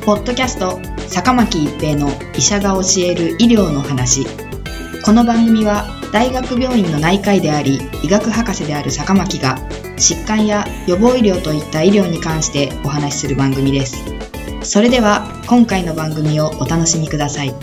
ポッドキャスト坂巻一平の医者が教える医療の話。この番組は大学病院の内科医であり医学博士である坂巻が疾患や予防医療といった医療に関してお話しする番組です。それでは今回の番組をお楽しみください。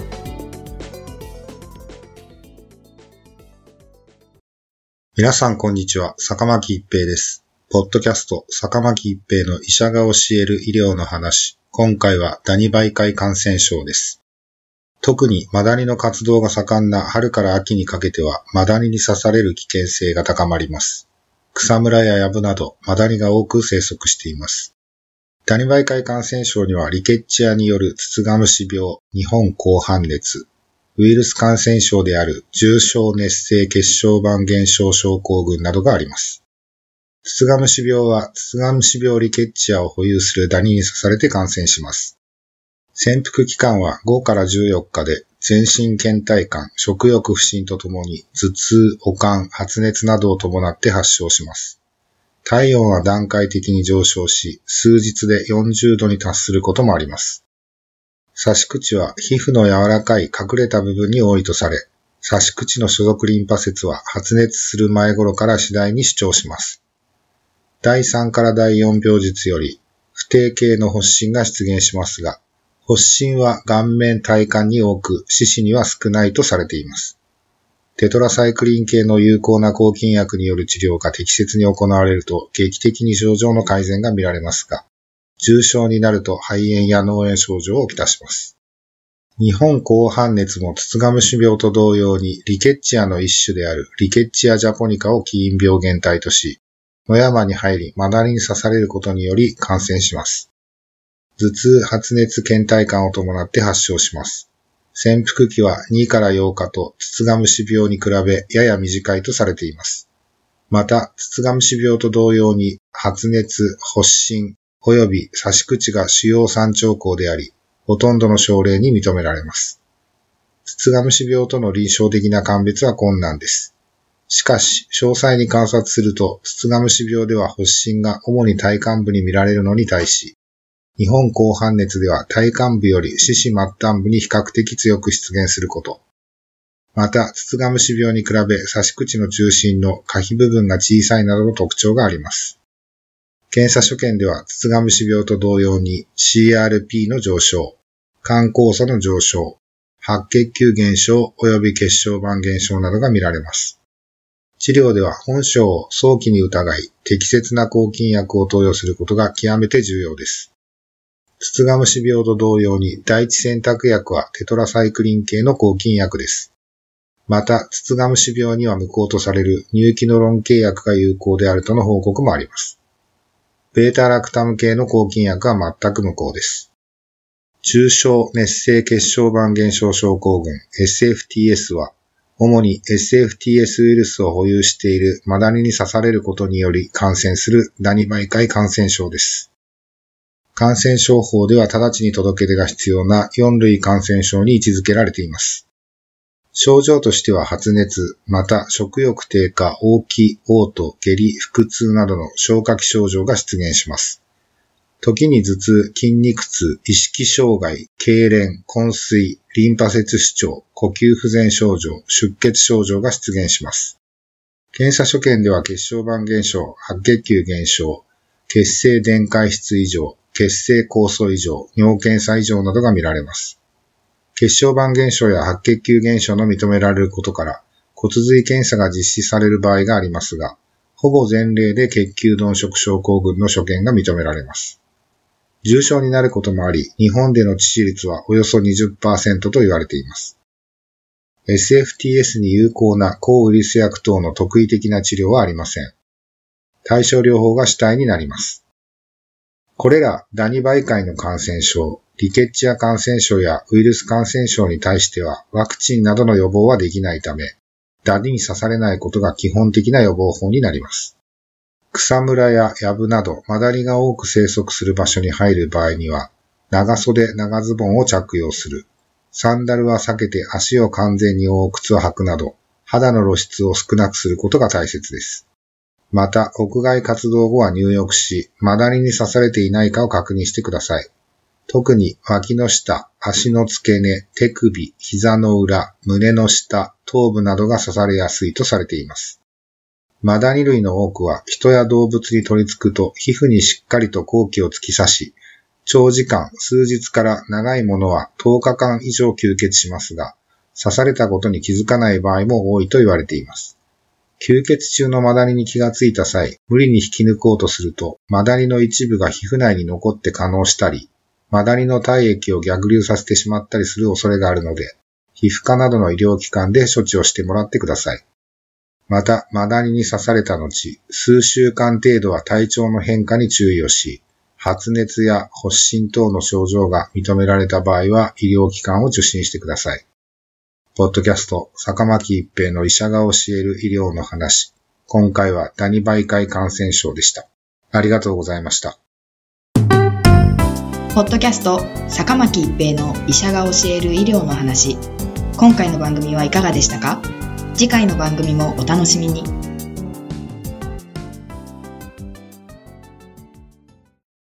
皆さんこんにちは、坂巻一平です。ポッドキャスト坂巻一平の医者が教える医療の話。今回はダニ媒介感染症です。特にマダニの活動が盛んな春から秋にかけてはマダニに刺される危険性が高まります。草むらや藪などマダニが多く生息しています。ダニ媒介感染症にはリケッチアによるツツガムシ病、日本紅斑熱、ウイルス感染症である重症熱性血小板減少症候群などがあります。ツツガムシ病はツツガムシ病リケッチアを保有するダニに刺されて感染します。潜伏期間は5から14日で全身倦怠感、食欲不振とともに頭痛、悪寒、発熱などを伴って発症します。体温は段階的に上昇し、数日で40度に達することもあります。刺し口は皮膚の柔らかい隠れた部分に多いとされ、刺し口の所属リンパ節は発熱する前頃から次第に主張します。第3から第4病日より不定形の発疹が出現しますが、発疹は顔面体幹に多く、四肢には少ないとされています。テトラサイクリン系の有効な抗菌薬による治療が適切に行われると劇的に症状の改善が見られますが、重症になると肺炎や脳炎症状をきたします。日本紅斑熱もツツガムシ病と同様にリケッチアの一種であるリケッチアジャポニカを起因病原体とし、野山に入りマダニに刺されることにより感染します。頭痛、発熱、倦怠感を伴って発症します。潜伏期は2から8日とツツガムシ病に比べやや短いとされています。また、ツツガムシ病と同様に発熱、発疹、及び刺し口が主要3兆候であり、ほとんどの症例に認められます。ツツガムシ病との臨床的な鑑別は困難です。しかし、詳細に観察すると、ツツガムシ病では発疹が主に体幹部に見られるのに対し、日本紅斑熱では体幹部より四肢末端部に比較的強く出現すること。また、ツツガムシ病に比べ刺し口の中心の下皮部分が小さいなどの特徴があります。検査所見では、ツツガムシ病と同様に CRP の上昇、肝酵素の上昇、白血球減少及び血小板減少などが見られます。治療では本症を早期に疑い、適切な抗菌薬を投与することが極めて重要です。ツツガムシ病と同様に第一選択薬はテトラサイクリン系の抗菌薬です。また、ツツガムシ病には無効とされるニューキノロン系薬が有効であるとの報告もあります。ベータラクタム系の抗菌薬は全く無効です。重症熱性血小板減少症候群 SFTS は、主に SFTS ウイルスを保有しているマダニに刺されることにより感染するダニ媒介感染症です。感染症法では直ちに届け出が必要な4類感染症に位置づけられています。症状としては発熱、また食欲低下、嘔気、嘔吐、下痢、腹痛などの消化器症状が出現します。時に頭痛、筋肉痛、意識障害、痙攣、昏睡、リンパ節主張、呼吸不全症状、出血症状が出現します。検査所見では血小板減少、白血球減少、血清電解質異常、血清酵素異常、尿検査異常などが見られます。血小板減少や白血球減少の認められることから、骨髄検査が実施される場合がありますが、ほぼ全例で血球鈍色症候群の所見が認められます。重症になることもあり、日本での致死率はおよそ 20% と言われています。SFTS に有効な抗ウイルス薬等の特異的な治療はありません。対症療法が主体になります。これらダニ媒介の感染症、リケッチア感染症やウイルス感染症に対してはワクチンなどの予防はできないため、ダニに刺されないことが基本的な予防法になります。草むらや藪などマダニが多く生息する場所に入る場合には、長袖長ズボンを着用する。サンダルは避けて足を完全に覆う靴を履くなど、肌の露出を少なくすることが大切です。また、屋外活動後は入浴し、マダニに刺されていないかを確認してください。 特に脇の下、足の付け根、手首、膝の裏、胸の下、頭部などが刺されやすいとされています。マダニ類の多くは人や動物に取り付くと皮膚にしっかりと攻撃を突き刺し、長時間、数日から長いものは10日間以上吸血しますが、刺されたことに気づかない場合も多いと言われています。吸血中のマダニに気がついた際、無理に引き抜こうとすると、マダニの一部が皮膚内に残って化膿したり、マダニの体液を逆流させてしまったりする恐れがあるので、皮膚科などの医療機関で処置をしてもらってください。また、マダニに刺された後、数週間程度は体調の変化に注意をし、発熱や発疹等の症状が認められた場合は医療機関を受診してください。ポッドキャスト、坂巻一平の医者が教える医療の話。今回はダニ媒介感染症でした。ありがとうございました。 ポッドキャスト、坂巻一平の医者が教える医療の話。今回の番組はいかがでしたか？次回の番組もお楽しみに。